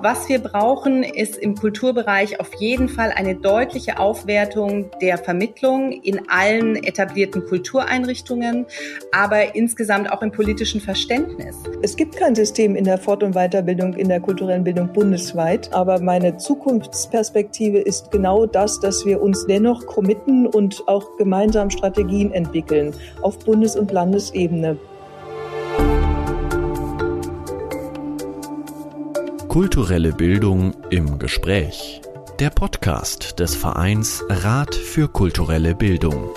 Was wir brauchen, ist im Kulturbereich auf jeden Fall eine deutliche Aufwertung der Vermittlung in allen etablierten Kultureinrichtungen, aber insgesamt auch im politischen Verständnis. Es gibt kein System in der Fort- und Weiterbildung, in der kulturellen Bildung bundesweit, aber meine Zukunftsperspektive ist genau das, dass wir uns dennoch committen und auch gemeinsam Strategien entwickeln auf Bundes- und Landesebene. Kulturelle Bildung im Gespräch. Der Podcast des Vereins Rat für kulturelle Bildung.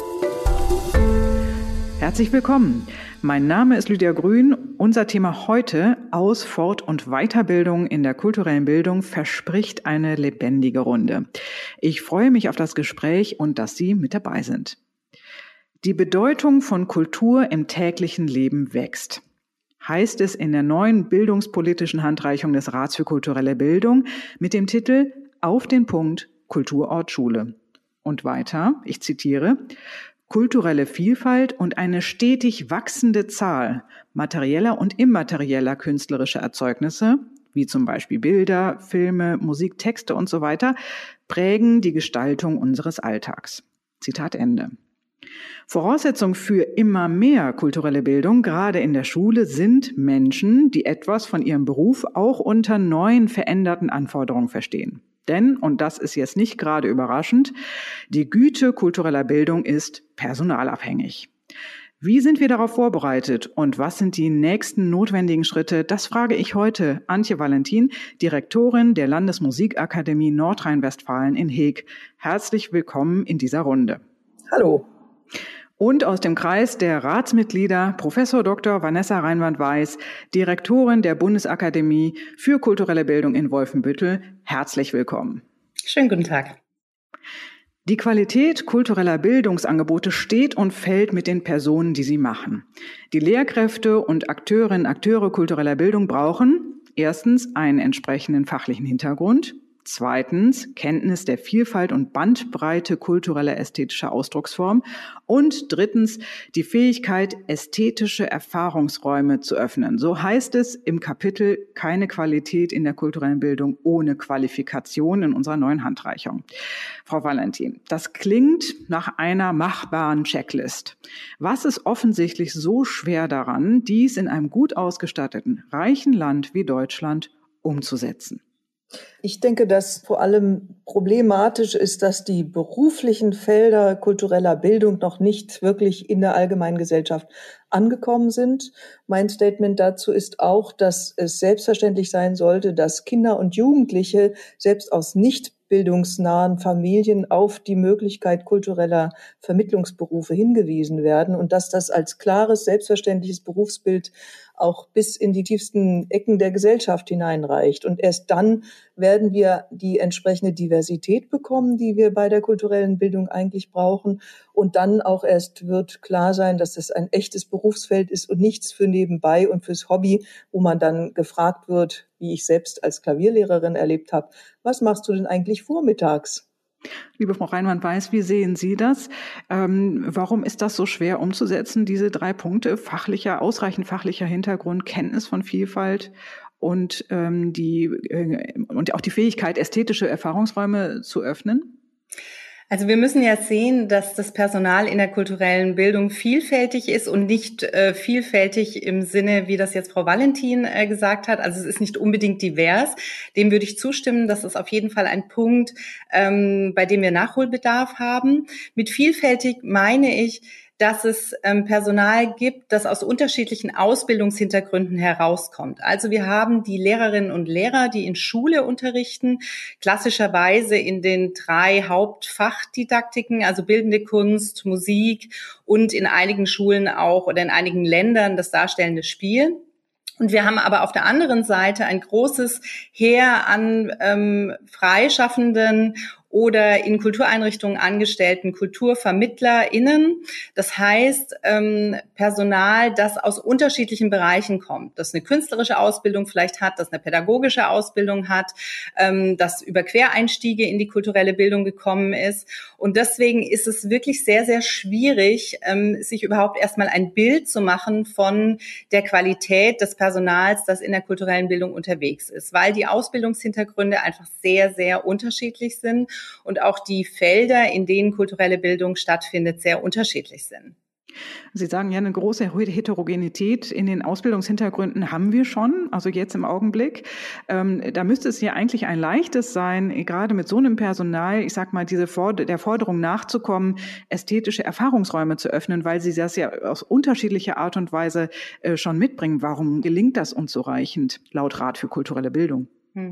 Herzlich willkommen. Mein Name ist Lydia Grün. Unser Thema heute: Aus-, Fort- und Weiterbildung in der kulturellen Bildung verspricht eine lebendige Runde. Ich freue mich auf das Gespräch und dass Sie mit dabei sind. Die Bedeutung von Kultur im täglichen Leben wächst, heißt es in der neuen bildungspolitischen Handreichung des Rats für kulturelle Bildung mit dem Titel Auf den Punkt Kulturort Schule. Und weiter, ich zitiere: Kulturelle Vielfalt und eine stetig wachsende Zahl materieller und immaterieller künstlerischer Erzeugnisse, wie zum Beispiel Bilder, Filme, Musik, Texte und so weiter, prägen die Gestaltung unseres Alltags. Zitat Ende. Voraussetzung für immer mehr kulturelle Bildung, gerade in der Schule, sind Menschen, die etwas von ihrem Beruf auch unter neuen, veränderten Anforderungen verstehen. Denn, und das ist jetzt nicht gerade überraschend, die Güte kultureller Bildung ist personalabhängig. Wie sind wir darauf vorbereitet und was sind die nächsten notwendigen Schritte? Das frage ich heute Antje Valentin, Direktorin der Landesmusikakademie Nordrhein-Westfalen in Heeg. Herzlich willkommen in dieser Runde. Hallo. Und aus dem Kreis der Ratsmitglieder Professor Dr. Vanessa Reinwand-Weiß, Direktorin der Bundesakademie für kulturelle Bildung in Wolfenbüttel. Herzlich willkommen. Schönen guten Tag. Die Qualität kultureller Bildungsangebote steht und fällt mit den Personen, die sie machen. Die Lehrkräfte und Akteure kultureller Bildung brauchen erstens einen entsprechenden fachlichen Hintergrund, zweitens Kenntnis der Vielfalt und Bandbreite kultureller ästhetischer Ausdrucksform und drittens die Fähigkeit, ästhetische Erfahrungsräume zu öffnen. So heißt es im Kapitel Keine Qualität in der kulturellen Bildung ohne Qualifikation in unserer neuen Handreichung. Frau Valentin, das klingt nach einer machbaren Checklist. Was ist offensichtlich so schwer daran, dies in einem gut ausgestatteten, reichen Land wie Deutschland umzusetzen? Ich denke, dass vor allem problematisch ist, dass die beruflichen Felder kultureller Bildung noch nicht wirklich in der allgemeinen Gesellschaft angekommen sind. Mein Statement dazu ist auch, dass es selbstverständlich sein sollte, dass Kinder und Jugendliche selbst aus nicht bildungsnahen Familien auf die Möglichkeit kultureller Vermittlungsberufe hingewiesen werden und dass das als klares, selbstverständliches Berufsbild auch bis in die tiefsten Ecken der Gesellschaft hineinreicht. Und erst dann werden wir die entsprechende Diversität bekommen, die wir bei der kulturellen Bildung eigentlich brauchen. Und dann auch erst wird klar sein, dass das ein echtes Berufsfeld ist und nichts für nebenbei und fürs Hobby, wo man dann gefragt wird, wie ich selbst als Klavierlehrerin erlebt habe, was machst du denn eigentlich vormittags? Liebe Frau Reinwand-Weiß, wie sehen Sie das? Warum ist das so schwer umzusetzen, diese 3 Punkte, ausreichend fachlicher Hintergrund, Kenntnis von Vielfalt und auch die Fähigkeit, ästhetische Erfahrungsräume zu öffnen? Also wir müssen ja sehen, dass das Personal in der kulturellen Bildung vielfältig ist und nicht vielfältig im Sinne, wie das jetzt Frau Valentin gesagt hat. Also es ist nicht unbedingt divers. Dem würde ich zustimmen. Das ist auf jeden Fall ein Punkt, bei dem wir Nachholbedarf haben. Mit vielfältig meine ich, dass es Personal gibt, das aus unterschiedlichen Ausbildungshintergründen herauskommt. Also wir haben die Lehrerinnen und Lehrer, die in Schule unterrichten, klassischerweise in den 3 Hauptfachdidaktiken, also bildende Kunst, Musik und in einigen Schulen auch oder in einigen Ländern das darstellende Spiel. Und wir haben aber auf der anderen Seite ein großes Heer an Freischaffenden oder in Kultureinrichtungen angestellten KulturvermittlerInnen. Das heißt, Personal, das aus unterschiedlichen Bereichen kommt, das eine künstlerische Ausbildung vielleicht hat, das eine pädagogische Ausbildung hat, das über Quereinstiege in die kulturelle Bildung gekommen ist. Und deswegen ist es wirklich sehr, sehr schwierig, sich überhaupt erstmal ein Bild zu machen von der Qualität des Personals, das in der kulturellen Bildung unterwegs ist, weil die Ausbildungshintergründe einfach sehr, sehr unterschiedlich sind und auch die Felder, in denen kulturelle Bildung stattfindet, sehr unterschiedlich sind. Sie sagen ja, eine große Heterogenität in den Ausbildungshintergründen haben wir schon, also jetzt im Augenblick. Da müsste es ja eigentlich ein leichtes sein, gerade mit so einem Personal, ich sag mal, der Forderung nachzukommen, ästhetische Erfahrungsräume zu öffnen, weil sie das ja aus unterschiedlicher Art und Weise schon mitbringen. Warum gelingt das unzureichend, laut Rat für kulturelle Bildung?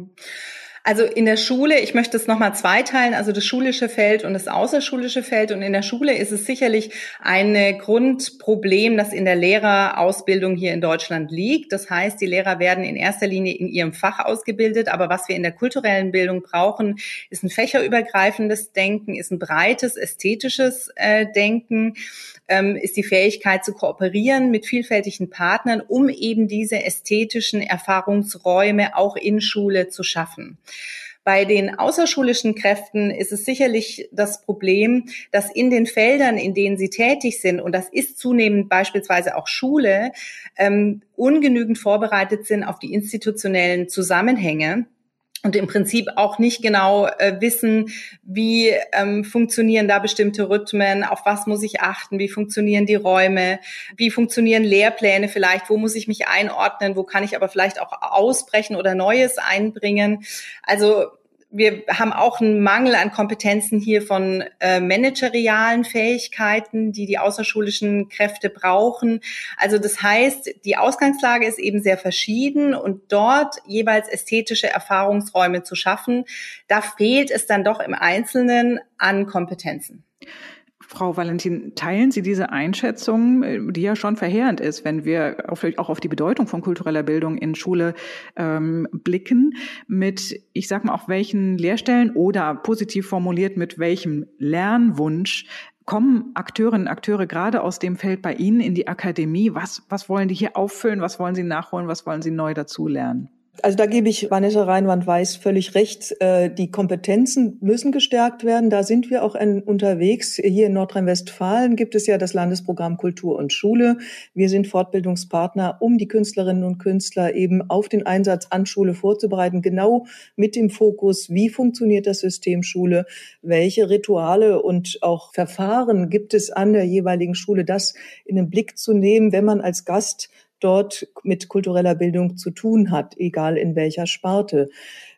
Also in der Schule, ich möchte es nochmal zweiteilen, also das schulische Feld und das außerschulische Feld. Und in der Schule ist es sicherlich ein Grundproblem, das in der Lehrerausbildung hier in Deutschland liegt. Das heißt, die Lehrer werden in erster Linie in ihrem Fach ausgebildet. Aber was wir in der kulturellen Bildung brauchen, ist ein fächerübergreifendes Denken, ist ein breites ästhetisches Denken, ist die Fähigkeit zu kooperieren mit vielfältigen Partnern, um eben diese ästhetischen Erfahrungsräume auch in Schule zu schaffen. Bei den außerschulischen Kräften ist es sicherlich das Problem, dass in den Feldern, in denen sie tätig sind, und das ist zunehmend beispielsweise auch Schule, ungenügend vorbereitet sind auf die institutionellen Zusammenhänge. Und im Prinzip auch nicht genau wissen, wie funktionieren da bestimmte Rhythmen, auf was muss ich achten, wie funktionieren die Räume, wie funktionieren Lehrpläne vielleicht, wo muss ich mich einordnen, wo kann ich aber vielleicht auch ausbrechen oder Neues einbringen. Also wir haben auch einen Mangel an Kompetenzen hier von managerialen Fähigkeiten, die die außerschulischen Kräfte brauchen. Also das heißt, die Ausgangslage ist eben sehr verschieden und dort jeweils ästhetische Erfahrungsräume zu schaffen, da fehlt es dann doch im Einzelnen an Kompetenzen. Frau Valentin, teilen Sie diese Einschätzung, die ja schon verheerend ist, wenn wir auch auf die Bedeutung von kultureller Bildung in Schule blicken, mit, ich sag mal, auf welchen Lehrstellen oder positiv formuliert, mit welchem Lernwunsch kommen Akteurinnen und Akteure gerade aus dem Feld bei Ihnen in die Akademie? Was wollen die hier auffüllen? Was wollen Sie nachholen? Was wollen Sie neu dazulernen? Also da gebe ich Vanessa Reinwand-Weiß völlig recht. Die Kompetenzen müssen gestärkt werden. Da sind wir auch unterwegs. Hier in Nordrhein-Westfalen gibt es ja das Landesprogramm Kultur und Schule. Wir sind Fortbildungspartner, um die Künstlerinnen und Künstler eben auf den Einsatz an Schule vorzubereiten. Genau mit dem Fokus, wie funktioniert das System Schule? Welche Rituale und auch Verfahren gibt es an der jeweiligen Schule? Das in den Blick zu nehmen, wenn man als Gast dort mit kultureller Bildung zu tun hat, egal in welcher Sparte.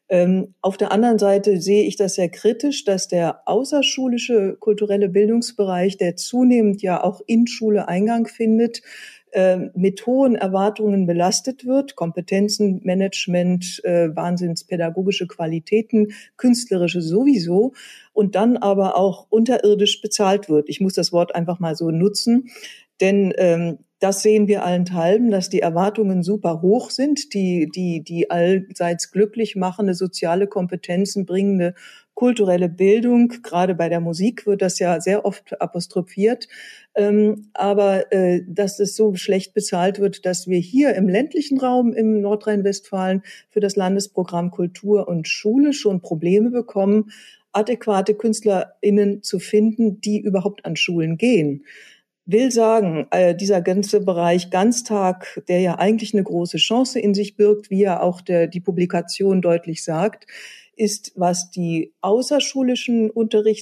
Auf der anderen Seite sehe ich das sehr kritisch, dass der außerschulische kulturelle Bildungsbereich, der zunehmend ja auch in Schule Eingang findet, mit hohen Erwartungen belastet wird, Kompetenzen, Management, wahnsinnspädagogische Qualitäten, künstlerische sowieso, und dann aber auch unterirdisch bezahlt wird. Ich muss das Wort einfach mal so nutzen, denn das sehen wir allenthalben, dass die Erwartungen super hoch sind, die allseits glücklich machende soziale Kompetenzen bringende kulturelle Bildung. Gerade bei der Musik wird das ja sehr oft apostrophiert. Aber dass es so schlecht bezahlt wird, dass wir hier im ländlichen Raum im Nordrhein-Westfalen für das Landesprogramm Kultur und Schule schon Probleme bekommen, adäquate KünstlerInnen zu finden, die überhaupt an Schulen gehen. Will sagen, dieser ganze Bereich Ganztag, der ja eigentlich eine große Chance in sich birgt, wie ja auch die Publikation deutlich sagt, ist, was die außerschulischen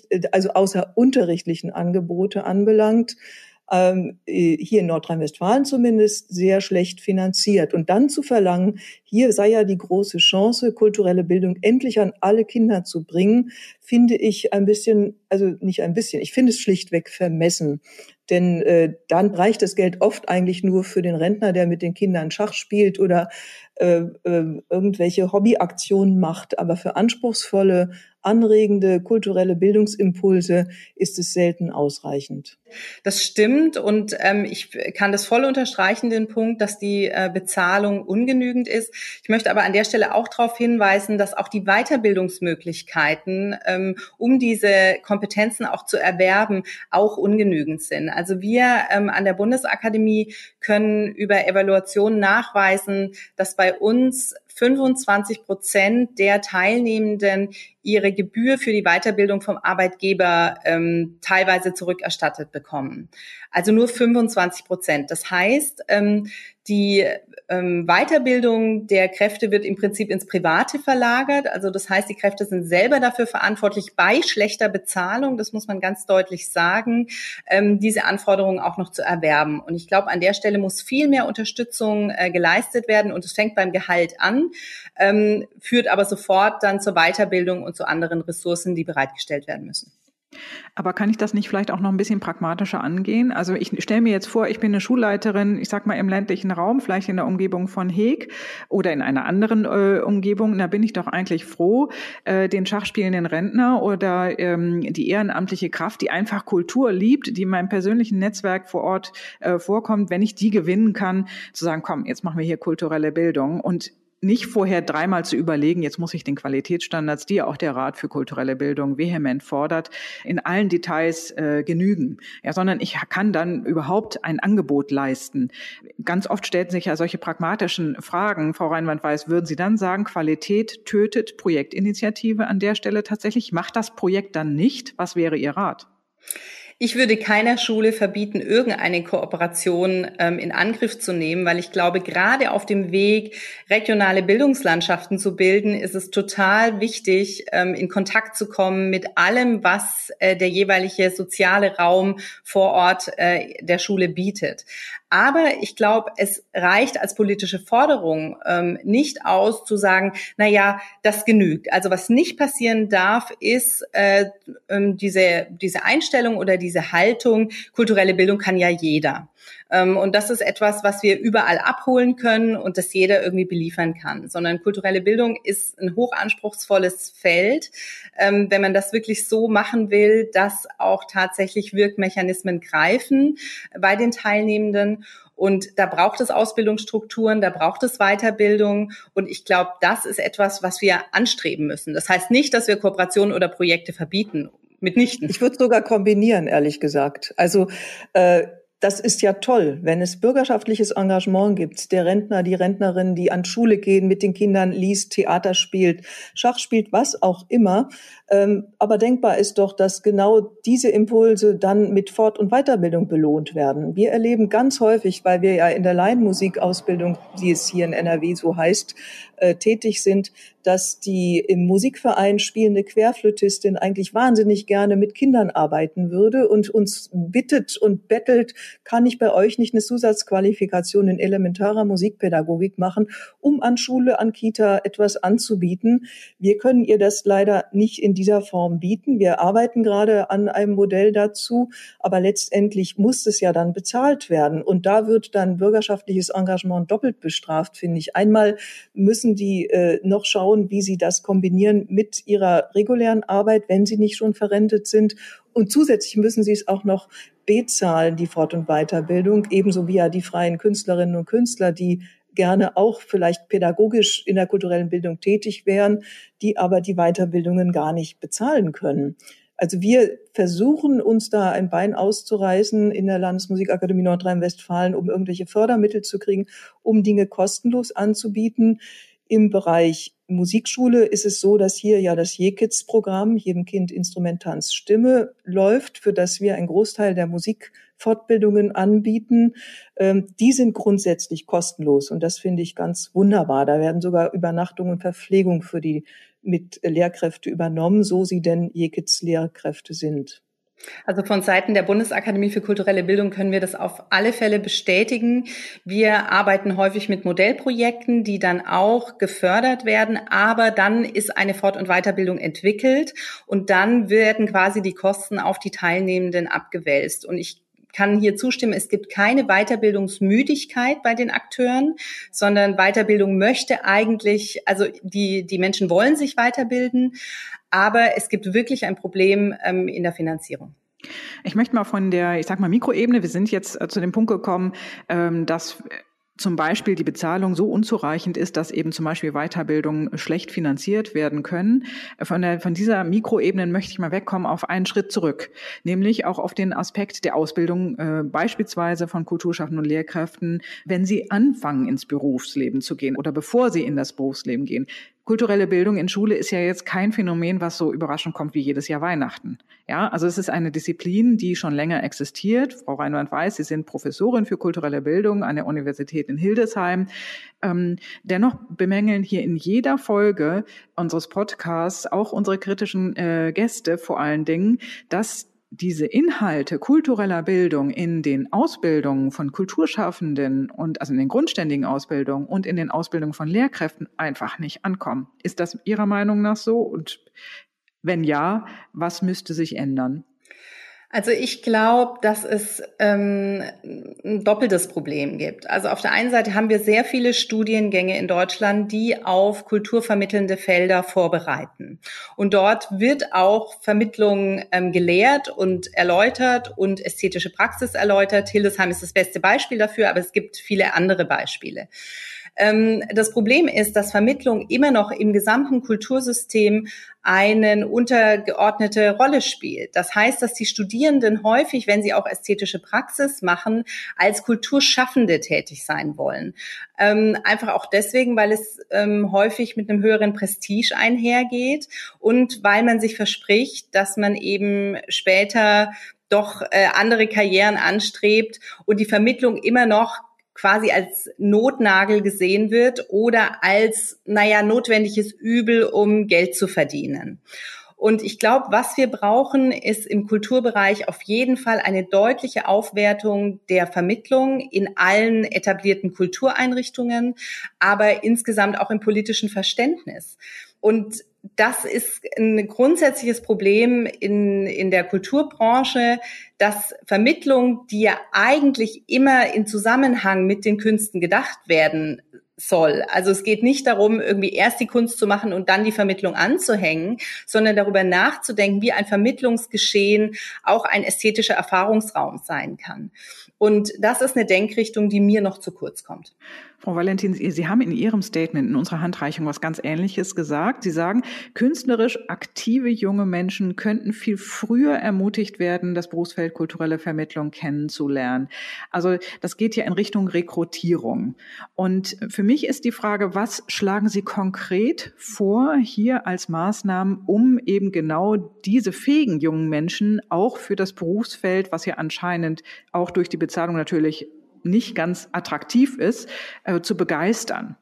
außerunterrichtlichen Angebote anbelangt, hier in Nordrhein-Westfalen zumindest sehr schlecht finanziert. Und dann zu verlangen, hier sei ja die große Chance, kulturelle Bildung endlich an alle Kinder zu bringen, finde ich ein bisschen, also nicht ein bisschen, ich finde es schlichtweg vermessen. Denn dann reicht das Geld oft eigentlich nur für den Rentner, der mit den Kindern Schach spielt oder irgendwelche Hobbyaktionen macht. Aber für anspruchsvolle, anregende kulturelle Bildungsimpulse ist es selten ausreichend. Das stimmt und ich kann das voll unterstreichen, den Punkt, dass die Bezahlung ungenügend ist. Ich möchte aber an der Stelle auch darauf hinweisen, dass auch die Weiterbildungsmöglichkeiten, um diese Kompetenzen auch zu erwerben, auch ungenügend sind. Also wir an der Bundesakademie können über Evaluationen nachweisen, dass bei uns 25% der Teilnehmenden ihre Gebühr für die Weiterbildung vom Arbeitgeber teilweise zurückerstattet bekommen. Also nur 25%. Das heißt, die Weiterbildung der Kräfte wird im Prinzip ins Private verlagert. Also das heißt, die Kräfte sind selber dafür verantwortlich, bei schlechter Bezahlung, das muss man ganz deutlich sagen, diese Anforderungen auch noch zu erwerben. Und ich glaube, an der Stelle muss viel mehr Unterstützung geleistet werden. Und es fängt beim Gehalt an, führt aber sofort dann zur Weiterbildung und zu anderen Ressourcen, die bereitgestellt werden müssen. Aber kann ich das nicht vielleicht auch noch ein bisschen pragmatischer angehen? Also ich stelle mir jetzt vor, ich bin eine Schulleiterin, ich sag mal im ländlichen Raum, vielleicht in der Umgebung von Heeg oder in einer anderen Umgebung. Da bin ich doch eigentlich froh, den schachspielenden Rentner oder die ehrenamtliche Kraft, die einfach Kultur liebt, die in meinem persönlichen Netzwerk vor Ort vorkommt, wenn ich die gewinnen kann, zu sagen, komm, jetzt machen wir hier kulturelle Bildung und nicht vorher dreimal zu überlegen, jetzt muss ich den Qualitätsstandards, die ja auch der Rat für kulturelle Bildung vehement fordert, in allen Details genügen, ja, sondern ich kann dann überhaupt ein Angebot leisten. Ganz oft stellten sich ja solche pragmatischen Fragen. Frau Reinwand-Weiß, würden Sie dann sagen, Qualität tötet Projektinitiative an der Stelle tatsächlich? Macht das Projekt dann nicht? Was wäre Ihr Rat? Ich würde keiner Schule verbieten, irgendeine Kooperation in Angriff zu nehmen, weil ich glaube, gerade auf dem Weg, regionale Bildungslandschaften zu bilden, ist es total wichtig, in Kontakt zu kommen mit allem, was der jeweilige soziale Raum vor Ort der Schule bietet. Aber ich glaube, es reicht als politische Forderung nicht aus, zu sagen, na ja, das genügt. Also was nicht passieren darf, ist diese Einstellung oder diese Haltung, kulturelle Bildung kann ja jeder. Und das ist etwas, was wir überall abholen können und das jeder irgendwie beliefern kann. Sondern kulturelle Bildung ist ein hochanspruchsvolles Feld, wenn man das wirklich so machen will, dass auch tatsächlich Wirkmechanismen greifen bei den Teilnehmenden. Und da braucht es Ausbildungsstrukturen, da braucht es Weiterbildung. Und ich glaube, das ist etwas, was wir anstreben müssen. Das heißt nicht, dass wir Kooperationen oder Projekte verbieten. Mitnichten. Ich würde sogar kombinieren, ehrlich gesagt. Also das ist ja toll, wenn es bürgerschaftliches Engagement gibt, der Rentner, die Rentnerin, die an Schule gehen, mit den Kindern liest, Theater spielt, Schach spielt, was auch immer. Aber denkbar ist doch, dass genau diese Impulse dann mit Fort- und Weiterbildung belohnt werden. Wir erleben ganz häufig, weil wir ja in der Laienmusikausbildung, wie es hier in NRW so heißt, tätig sind, dass die im Musikverein spielende Querflötistin eigentlich wahnsinnig gerne mit Kindern arbeiten würde und uns bittet und bettelt, kann ich bei euch nicht eine Zusatzqualifikation in elementarer Musikpädagogik machen, um an Schule, an Kita etwas anzubieten. Wir können ihr das leider nicht in dieser Form bieten. Wir arbeiten gerade an einem Modell dazu, aber letztendlich muss es ja dann bezahlt werden. Und da wird dann bürgerschaftliches Engagement doppelt bestraft, finde ich. Einmal müssen die noch schauen, wie sie das kombinieren mit ihrer regulären Arbeit, wenn sie nicht schon verrentet sind. Und zusätzlich müssen sie es auch noch bezahlen, die Fort- und Weiterbildung, ebenso wie ja die freien Künstlerinnen und Künstler, die gerne auch vielleicht pädagogisch in der kulturellen Bildung tätig wären, die aber die Weiterbildungen gar nicht bezahlen können. Also wir versuchen uns da ein Bein auszureißen in der Landesmusikakademie Nordrhein-Westfalen, um irgendwelche Fördermittel zu kriegen, um Dinge kostenlos anzubieten. Im Bereich Musikschule ist es so, dass hier ja das JKIDS-Programm, jedem Kind Instrumentanz Stimme, läuft, für das wir einen Großteil der Musikfortbildungen anbieten. Die sind grundsätzlich kostenlos und das finde ich ganz wunderbar. Da werden sogar Übernachtung und Verpflegung für die mit Lehrkräfte übernommen, so sie denn JKIDS-Lehrkräfte sind. Also von Seiten der Bundesakademie für kulturelle Bildung können wir das auf alle Fälle bestätigen. Wir arbeiten häufig mit Modellprojekten, die dann auch gefördert werden, aber dann ist eine Fort- und Weiterbildung entwickelt und dann werden quasi die Kosten auf die Teilnehmenden abgewälzt. Und ich kann hier zustimmen, es gibt keine Weiterbildungsmüdigkeit bei den Akteuren, sondern Weiterbildung möchte eigentlich, also die Menschen wollen sich weiterbilden, aber es gibt wirklich ein Problem in der Finanzierung. Ich möchte mal von der, ich sag mal, Mikroebene, wir sind jetzt zu dem Punkt gekommen, dass zum Beispiel die Bezahlung so unzureichend ist, dass eben zum Beispiel Weiterbildungen schlecht finanziert werden können. Von dieser Mikroebene möchte ich mal wegkommen auf einen Schritt zurück, nämlich auch auf den Aspekt der Ausbildung, beispielsweise von Kulturschaffenden und Lehrkräften, wenn sie anfangen, ins Berufsleben zu gehen oder bevor sie in das Berufsleben gehen. Kulturelle Bildung in Schule ist ja jetzt kein Phänomen, was so überraschend kommt wie jedes Jahr Weihnachten. Ja, also es ist eine Disziplin, die schon länger existiert. Frau Reinwand weiß, Sie sind Professorin für kulturelle Bildung an der Universität in Hildesheim. Dennoch bemängeln hier in jeder Folge unseres Podcasts auch unsere kritischen Gäste vor allen Dingen, dass diese Inhalte kultureller Bildung in den Ausbildungen von Kulturschaffenden und also in den grundständigen Ausbildungen und in den Ausbildungen von Lehrkräften einfach nicht ankommen. Ist das Ihrer Meinung nach so? Und wenn ja, was müsste sich ändern? Also ich glaube, dass es ein doppeltes Problem gibt. Also auf der einen Seite haben wir sehr viele Studiengänge in Deutschland, die auf kulturvermittelnde Felder vorbereiten. Und dort wird auch Vermittlung gelehrt und erläutert und ästhetische Praxis erläutert. Hildesheim ist das beste Beispiel dafür, aber es gibt viele andere Beispiele. Das Problem ist, dass Vermittlung immer noch im gesamten Kultursystem eine untergeordnete Rolle spielt. Das heißt, dass die Studierenden häufig, wenn sie auch ästhetische Praxis machen, als Kulturschaffende tätig sein wollen. Einfach auch deswegen, weil es häufig mit einem höheren Prestige einhergeht und weil man sich verspricht, dass man eben später doch andere Karrieren anstrebt und die Vermittlung immer noch quasi als Notnagel gesehen wird oder als, notwendiges Übel, um Geld zu verdienen. Und ich glaube, was wir brauchen, ist im Kulturbereich auf jeden Fall eine deutliche Aufwertung der Vermittlung in allen etablierten Kultureinrichtungen, aber insgesamt auch im politischen Verständnis. Und das ist ein grundsätzliches Problem in der Kulturbranche, dass Vermittlung, die ja eigentlich immer in Zusammenhang mit den Künsten gedacht werden soll. Also es geht nicht darum, irgendwie erst die Kunst zu machen und dann die Vermittlung anzuhängen, sondern darüber nachzudenken, wie ein Vermittlungsgeschehen auch ein ästhetischer Erfahrungsraum sein kann. Und das ist eine Denkrichtung, die mir noch zu kurz kommt. Frau Valentin, Sie haben in Ihrem Statement, in unserer Handreichung was ganz Ähnliches gesagt. Sie sagen, künstlerisch aktive junge Menschen könnten viel früher ermutigt werden, das Berufsfeld kulturelle Vermittlung kennenzulernen. Also das geht ja in Richtung Rekrutierung. Und für mich ist die Frage, was schlagen Sie konkret vor hier als Maßnahmen, um eben genau diese fähigen jungen Menschen auch für das Berufsfeld, was ja anscheinend auch durch die Bezahlung natürlich nicht ganz attraktiv ist, zu begeistern?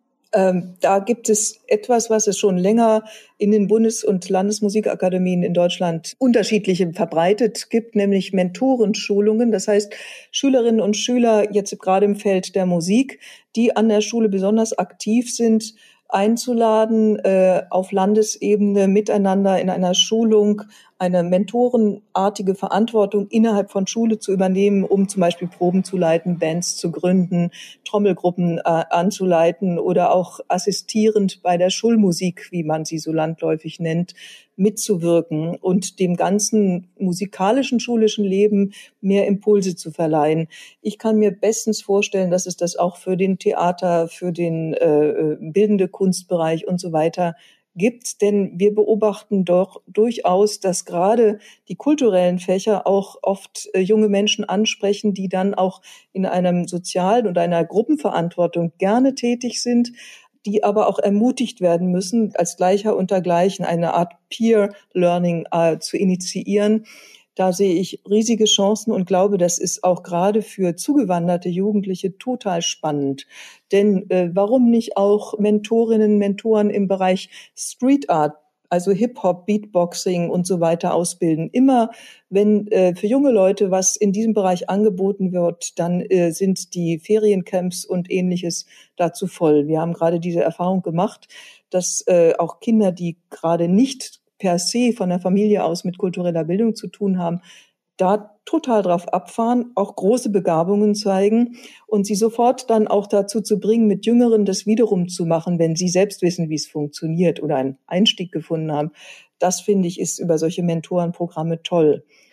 Da gibt es etwas, was es schon länger in den Bundes- und Landesmusikakademien in Deutschland unterschiedlich verbreitet gibt, nämlich Mentorenschulungen. Das heißt, Schülerinnen und Schüler jetzt gerade im Feld der Musik, die an der Schule besonders aktiv sind, einzuladen, auf Landesebene miteinander in einer Schulung eine mentorenartige Verantwortung innerhalb von Schule zu übernehmen, um zum Beispiel Proben zu leiten, Bands zu gründen, Trommelgruppen anzuleiten oder auch assistierend bei der Schulmusik, wie man sie so landläufig nennt, mitzuwirken und dem ganzen musikalischen, schulischen Leben mehr Impulse zu verleihen. Ich kann mir bestens vorstellen, dass es das auch für den Theater, für den bildende Kunstbereich und so weiter gibt, denn wir beobachten doch durchaus, dass gerade die kulturellen Fächer auch oft junge Menschen ansprechen, die dann auch in einem sozialen oder einer Gruppenverantwortung gerne tätig sind, die aber auch ermutigt werden müssen, als Gleicher unter Gleichen eine Art Peer-Learning zu initiieren. Da sehe ich riesige Chancen und glaube, das ist auch gerade für zugewanderte Jugendliche total spannend. Denn warum nicht auch Mentorinnen, Mentoren im Bereich Street Art, also Hip-Hop, Beatboxing und so weiter ausbilden? Immer wenn für junge Leute was in diesem Bereich angeboten wird, dann sind die Feriencamps und Ähnliches dazu voll. Wir haben gerade diese Erfahrung gemacht, dass auch Kinder, die gerade nicht per se von der Familie aus mit kultureller Bildung zu tun haben, da total drauf abfahren, auch große Begabungen zeigen und sie sofort dann auch dazu zu bringen, mit Jüngeren das wiederum zu machen, wenn sie selbst wissen, wie es funktioniert oder einen Einstieg gefunden haben. Das, finde ich, ist über solche Mentorenprogramme toll.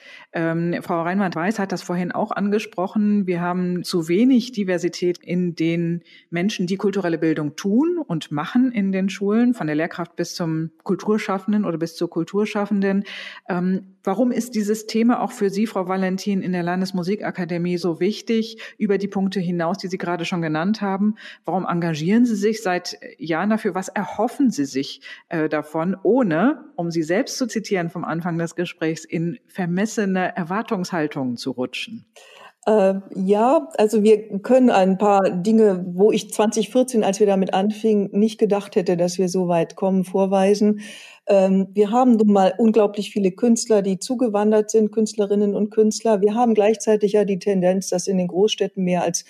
Frau Reinwand-Weiß hat das vorhin auch angesprochen. Wir haben zu wenig Diversität in den Menschen, die kulturelle Bildung tun und machen in den Schulen, von der Lehrkraft bis zum Kulturschaffenden oder bis zur Kulturschaffenden. Warum ist dieses Thema auch für Sie, Frau Valentin, in der Landesmusikakademie so wichtig, über die Punkte hinaus, die Sie gerade schon genannt haben? Warum engagieren Sie sich seit Jahren dafür? Was erhoffen Sie sich davon, ohne, um Sie selbst zu zitieren vom Anfang des Gesprächs, in vermessene Erwartungshaltungen zu rutschen? Ja, also wir können ein paar Dinge, wo ich 2014, als wir damit anfingen, nicht gedacht hätte, dass wir so weit kommen, vorweisen. Wir haben nun mal unglaublich viele Künstler, die zugewandert sind, Künstlerinnen und Künstler. Wir haben gleichzeitig ja die Tendenz, dass in den Großstädten mehr als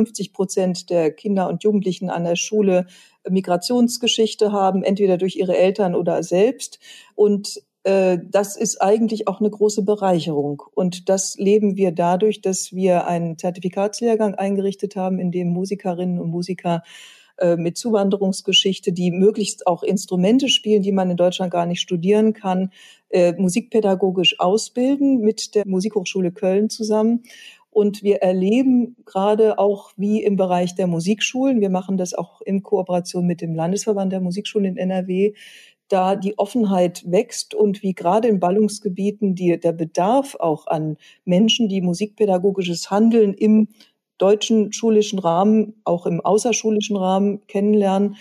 50% der Kinder und Jugendlichen an der Schule Migrationsgeschichte haben, entweder durch ihre Eltern oder selbst. Und das ist eigentlich auch eine große Bereicherung. Und das leben wir dadurch, dass wir einen Zertifikatslehrgang eingerichtet haben, in dem Musikerinnen und Musiker mit Zuwanderungsgeschichte, die möglichst auch Instrumente spielen, die man in Deutschland gar nicht studieren kann, musikpädagogisch ausbilden mit der Musikhochschule Köln zusammen. Und wir erleben gerade auch wie im Bereich der Musikschulen, wir machen das auch in Kooperation mit dem Landesverband der Musikschulen in NRW, da die Offenheit wächst und wie gerade in Ballungsgebieten der Bedarf auch an Menschen, die musikpädagogisches Handeln im deutschen schulischen Rahmen, auch im außerschulischen Rahmen kennenlernen,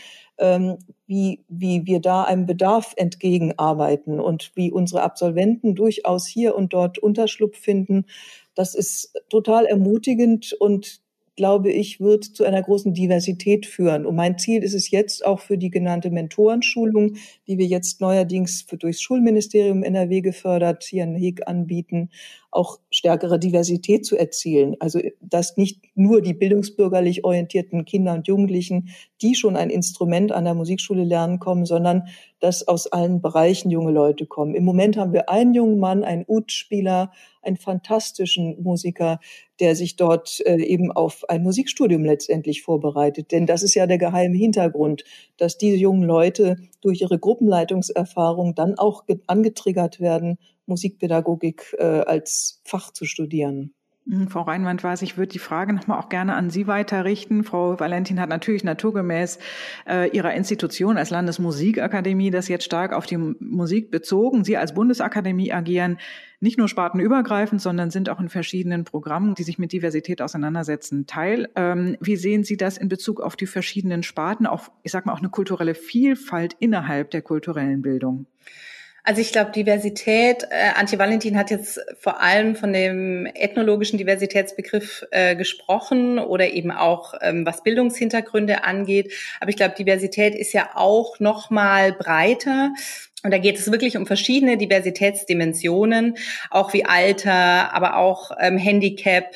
wie wir da einem Bedarf entgegenarbeiten und wie unsere Absolventen durchaus hier und dort Unterschlupf finden. Das ist total ermutigend und glaube ich, wird zu einer großen Diversität führen. Und mein Ziel ist es jetzt auch für die genannte Mentorenschulung, die wir jetzt neuerdings durchs Schulministerium NRW gefördert hier in Heeg anbieten, auch stärkere Diversität zu erzielen. Also, dass nicht nur die bildungsbürgerlich orientierten Kinder und Jugendlichen, die schon ein Instrument an der Musikschule lernen, kommen, sondern dass aus allen Bereichen junge Leute kommen. Im Moment haben wir einen jungen Mann, einen Ud-Spieler, einen fantastischen Musiker, der sich dort eben auf ein Musikstudium letztendlich vorbereitet. Denn das ist ja der geheime Hintergrund, dass diese jungen Leute durch ihre Gruppenleitungserfahrung dann auch angetriggert werden, Musikpädagogik als Fach zu studieren. Frau Reinwand-Weiß, ich würde die Frage nochmal auch gerne an Sie weiterrichten. Frau Valentin hat natürlich naturgemäß ihrer Institution als Landesmusikakademie das jetzt stark auf die Musik bezogen. Sie als Bundesakademie agieren nicht nur spartenübergreifend, sondern sind auch in verschiedenen Programmen, die sich mit Diversität auseinandersetzen, Teil. Wie sehen Sie das in Bezug auf die verschiedenen Sparten, auch, ich sag mal, auch eine kulturelle Vielfalt innerhalb der kulturellen Bildung? Also ich glaube, Diversität, Antje Valentin hat jetzt vor allem von dem ethnologischen Diversitätsbegriff gesprochen oder eben auch, was Bildungshintergründe angeht. Aber ich glaube, Diversität ist ja auch noch mal breiter. Und da geht es wirklich um verschiedene Diversitätsdimensionen, auch wie Alter, aber auch Handicap,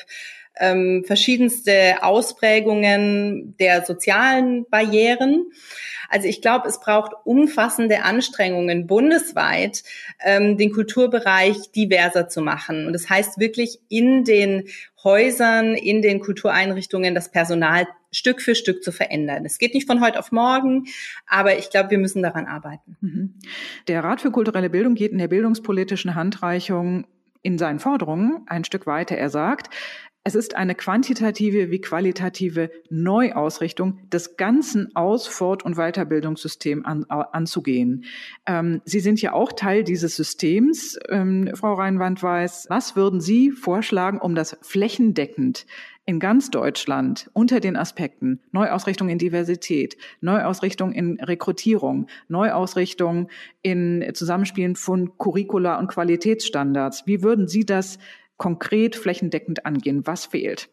verschiedenste Ausprägungen der sozialen Barrieren. Also ich glaube, es braucht umfassende Anstrengungen bundesweit, den Kulturbereich diverser zu machen. Und das heißt wirklich in den Häusern, in den Kultureinrichtungen das Personal Stück für Stück zu verändern. Es geht nicht von heute auf morgen, aber ich glaube, wir müssen daran arbeiten. Der Rat für kulturelle Bildung geht in der bildungspolitischen Handreichung in seinen Forderungen ein Stück weiter. Er sagt, es ist eine quantitative wie qualitative Neuausrichtung des ganzen Aus-, und Weiterbildungssystems anzugehen. Sie sind ja auch Teil dieses Systems, Frau Reinwand-Weiß. Was würden Sie vorschlagen, um das flächendeckend in ganz Deutschland unter den Aspekten Neuausrichtung in Diversität, Neuausrichtung in Rekrutierung, Neuausrichtung in Zusammenspielen von Curricula und Qualitätsstandards, wie würden Sie das konkret flächendeckend angehen? Was fehlt?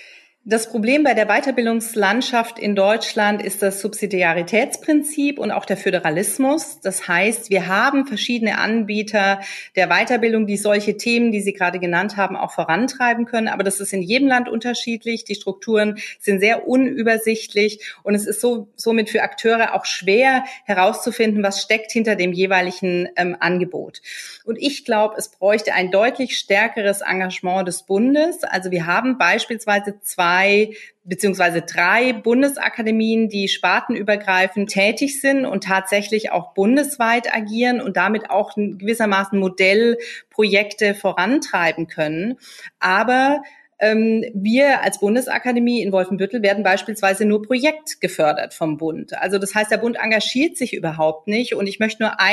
Das Problem bei der Weiterbildungslandschaft in Deutschland ist das Subsidiaritätsprinzip und auch der Föderalismus. Das heißt, wir haben verschiedene Anbieter der Weiterbildung, die solche Themen, die Sie gerade genannt haben, auch vorantreiben können. Aber das ist in jedem Land unterschiedlich. Die Strukturen sind sehr unübersichtlich und es ist somit für Akteure auch schwer herauszufinden, was steckt hinter dem jeweiligen Angebot. Und ich glaube, es bräuchte ein deutlich stärkeres Engagement des Bundes. Also wir haben beispielsweise 2 2 beziehungsweise 3 Bundesakademien, die spartenübergreifend tätig sind und tatsächlich auch bundesweit agieren und damit auch gewissermaßen Modellprojekte vorantreiben können. Aber wir als Bundesakademie in Wolfenbüttel werden beispielsweise nur projektgefördert vom Bund. Also das heißt, der Bund engagiert sich überhaupt nicht. Und ich möchte nur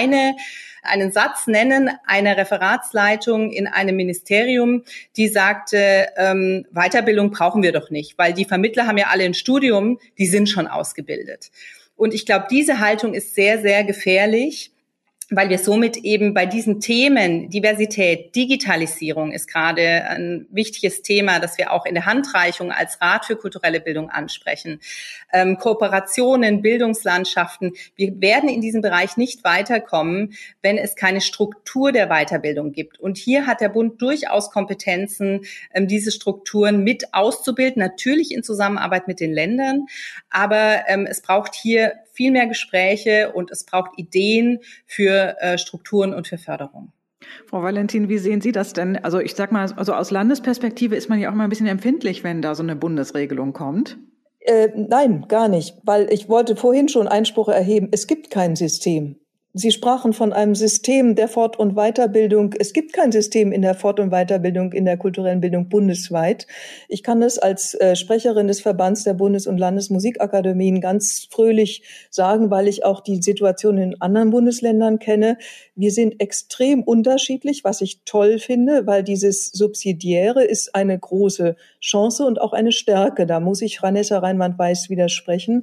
einen Satz nennen, einer Referatsleitung in einem Ministerium, die sagte, Weiterbildung brauchen wir doch nicht, weil die Vermittler haben ja alle ein Studium, die sind schon ausgebildet. Und ich glaube, diese Haltung ist sehr, sehr gefährlich, weil wir somit eben bei diesen Themen, Diversität, Digitalisierung ist gerade ein wichtiges Thema, das wir auch in der Handreichung als Rat für kulturelle Bildung ansprechen. Kooperationen, Bildungslandschaften. Wir werden in diesem Bereich nicht weiterkommen, wenn es keine Struktur der Weiterbildung gibt. Und hier hat der Bund durchaus Kompetenzen, diese Strukturen mit auszubilden, natürlich in Zusammenarbeit mit den Ländern. Aber es braucht hier viel mehr Gespräche und es braucht Ideen für Strukturen und für Förderung. Frau Valentin, wie sehen Sie das denn? Also ich sag mal, also aus Landesperspektive ist man ja auch mal ein bisschen empfindlich, wenn da so eine Bundesregelung kommt. Nein, gar nicht, weil ich wollte vorhin schon Einspruch erheben, es gibt kein System. Sie sprachen von einem System der Fort- und Weiterbildung. Es gibt kein System in der Fort- und Weiterbildung, in der kulturellen Bildung bundesweit. Ich kann das als Sprecherin des Verbands der Bundes- und Landesmusikakademien ganz fröhlich sagen, weil ich auch die Situation in anderen Bundesländern kenne. Wir sind extrem unterschiedlich, was ich toll finde, weil dieses Subsidiäre ist eine große Chance und auch eine Stärke. Da muss ich Vanessa Reinwand-Weiß widersprechen.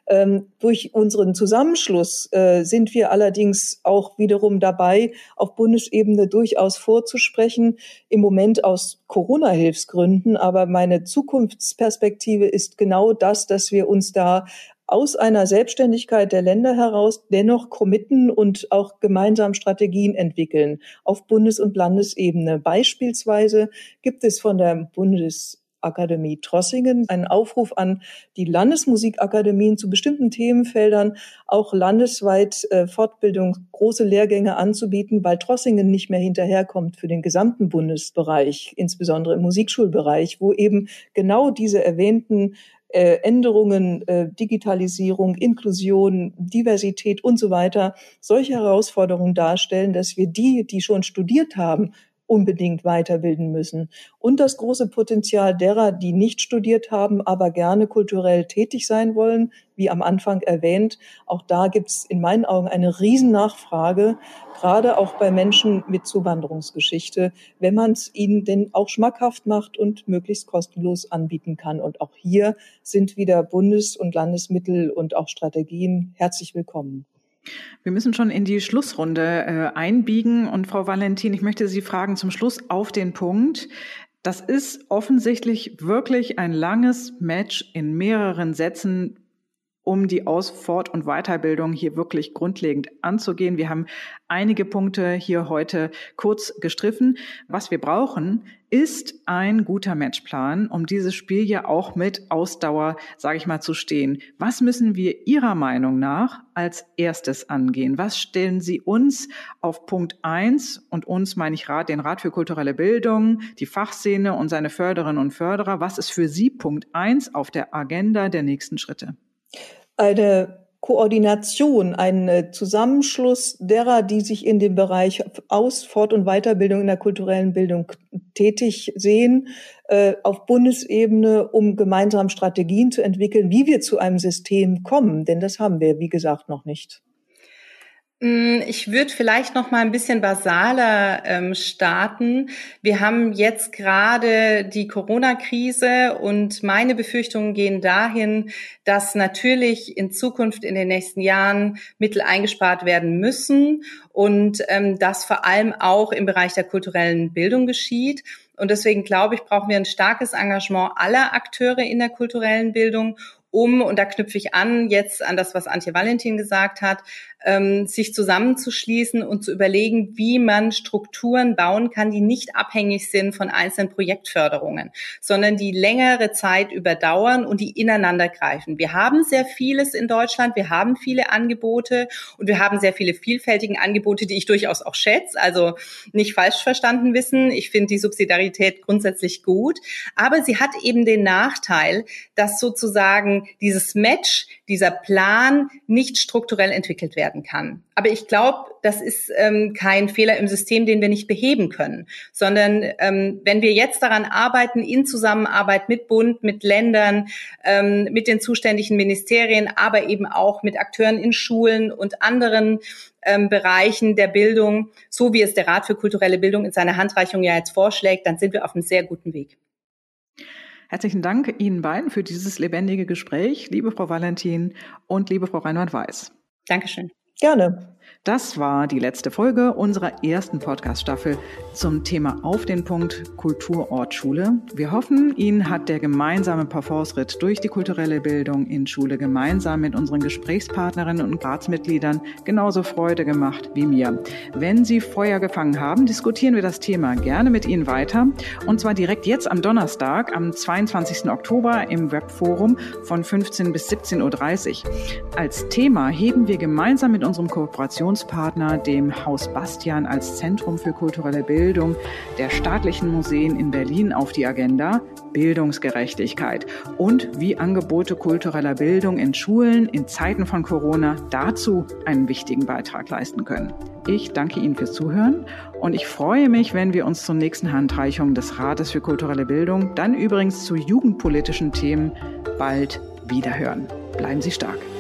Durch unseren Zusammenschluss sind wir allerdings auch wiederum dabei, auf Bundesebene durchaus vorzusprechen, im Moment aus Corona-Hilfsgründen. Aber meine Zukunftsperspektive ist genau das, dass wir uns da aus einer Selbstständigkeit der Länder heraus dennoch committen und auch gemeinsam Strategien entwickeln auf Bundes- und Landesebene. Beispielsweise gibt es von der Bundesakademie Trossingen einen Aufruf an die Landesmusikakademien zu bestimmten Themenfeldern auch landesweit Fortbildung, große Lehrgänge anzubieten, weil Trossingen nicht mehr hinterherkommt für den gesamten Bundesbereich, insbesondere im Musikschulbereich, wo eben genau diese erwähnten Änderungen, Digitalisierung, Inklusion, Diversität und so weiter, solche Herausforderungen darstellen, dass wir die schon studiert haben, unbedingt weiterbilden müssen. Und das große Potenzial derer, die nicht studiert haben, aber gerne kulturell tätig sein wollen, wie am Anfang erwähnt. Auch da gibt es in meinen Augen eine Riesennachfrage, gerade auch bei Menschen mit Zuwanderungsgeschichte, wenn man es ihnen denn auch schmackhaft macht und möglichst kostenlos anbieten kann. Und auch hier sind wieder Bundes- und Landesmittel und auch Strategien herzlich willkommen. Wir müssen schon in die Schlussrunde einbiegen. Und Frau Valentin, ich möchte Sie fragen zum Schluss auf den Punkt. Das ist offensichtlich wirklich ein langes Match in mehreren Sätzen, um die Fort- und Weiterbildung hier wirklich grundlegend anzugehen. Wir haben einige Punkte hier heute kurz gestriffen. Was wir brauchen, ist ein guter Matchplan, um dieses Spiel ja auch mit Ausdauer, sage ich mal, zu stehen. Was müssen wir Ihrer Meinung nach als erstes angehen? Was stellen Sie uns auf Punkt 1, und uns meine ich den Rat für kulturelle Bildung, die Fachszene und seine Förderinnen und Förderer, was ist für Sie Punkt 1 auf der Agenda der nächsten Schritte? Eine Koordination, ein Zusammenschluss derer, die sich in dem Bereich Fort- und Weiterbildung in der kulturellen Bildung tätig sehen, auf Bundesebene, um gemeinsam Strategien zu entwickeln, wie wir zu einem System kommen. Denn das haben wir, wie gesagt, noch nicht. Ich würde vielleicht noch mal ein bisschen basaler starten. Wir haben jetzt gerade die Corona-Krise und meine Befürchtungen gehen dahin, dass natürlich in Zukunft in den nächsten Jahren Mittel eingespart werden müssen und das vor allem auch im Bereich der kulturellen Bildung geschieht. Und deswegen glaube ich, brauchen wir ein starkes Engagement aller Akteure in der kulturellen Bildung, und da knüpfe ich an jetzt an das, was Antje Valentin gesagt hat, sich zusammenzuschließen und zu überlegen, wie man Strukturen bauen kann, die nicht abhängig sind von einzelnen Projektförderungen, sondern die längere Zeit überdauern und die ineinander greifen. Wir haben sehr vieles in Deutschland, wir haben viele Angebote und wir haben sehr viele vielfältige Angebote, die ich durchaus auch schätze, also nicht falsch verstanden wissen. Ich finde die Subsidiarität grundsätzlich gut, aber sie hat eben den Nachteil, dass sozusagen dieses Match, dieser Plan nicht strukturell entwickelt werden kann. Aber ich glaube, das ist kein Fehler im System, den wir nicht beheben können, sondern wenn wir jetzt daran arbeiten, in Zusammenarbeit mit Bund, mit Ländern, mit den zuständigen Ministerien, aber eben auch mit Akteuren in Schulen und anderen Bereichen der Bildung, so wie es der Rat für kulturelle Bildung in seiner Handreichung ja jetzt vorschlägt, dann sind wir auf einem sehr guten Weg. Herzlichen Dank Ihnen beiden für dieses lebendige Gespräch, liebe Frau Valentin und liebe Frau Reinwand-Weiß. Dankeschön. Gerne. Das war die letzte Folge unserer ersten Podcast-Staffel zum Thema Auf den Punkt Kulturort Schule. Wir hoffen, Ihnen hat der gemeinsame Parforce-Ritt durch die kulturelle Bildung in Schule gemeinsam mit unseren Gesprächspartnerinnen und Ratsmitgliedern genauso Freude gemacht wie mir. Wenn Sie Feuer gefangen haben, diskutieren wir das Thema gerne mit Ihnen weiter. Und zwar direkt jetzt am Donnerstag, am 22. Oktober im Webforum von 15 bis 17.30 Uhr. Als Thema heben wir gemeinsam mit unserem Kooperationspartner, dem Haus Bastian als Zentrum für kulturelle Bildung der staatlichen Museen in Berlin auf die Agenda Bildungsgerechtigkeit und wie Angebote kultureller Bildung in Schulen in Zeiten von Corona dazu einen wichtigen Beitrag leisten können. Ich danke Ihnen fürs Zuhören und ich freue mich, wenn wir uns zur nächsten Handreichung des Rates für kulturelle Bildung, dann übrigens zu jugendpolitischen Themen, bald wiederhören. Bleiben Sie stark.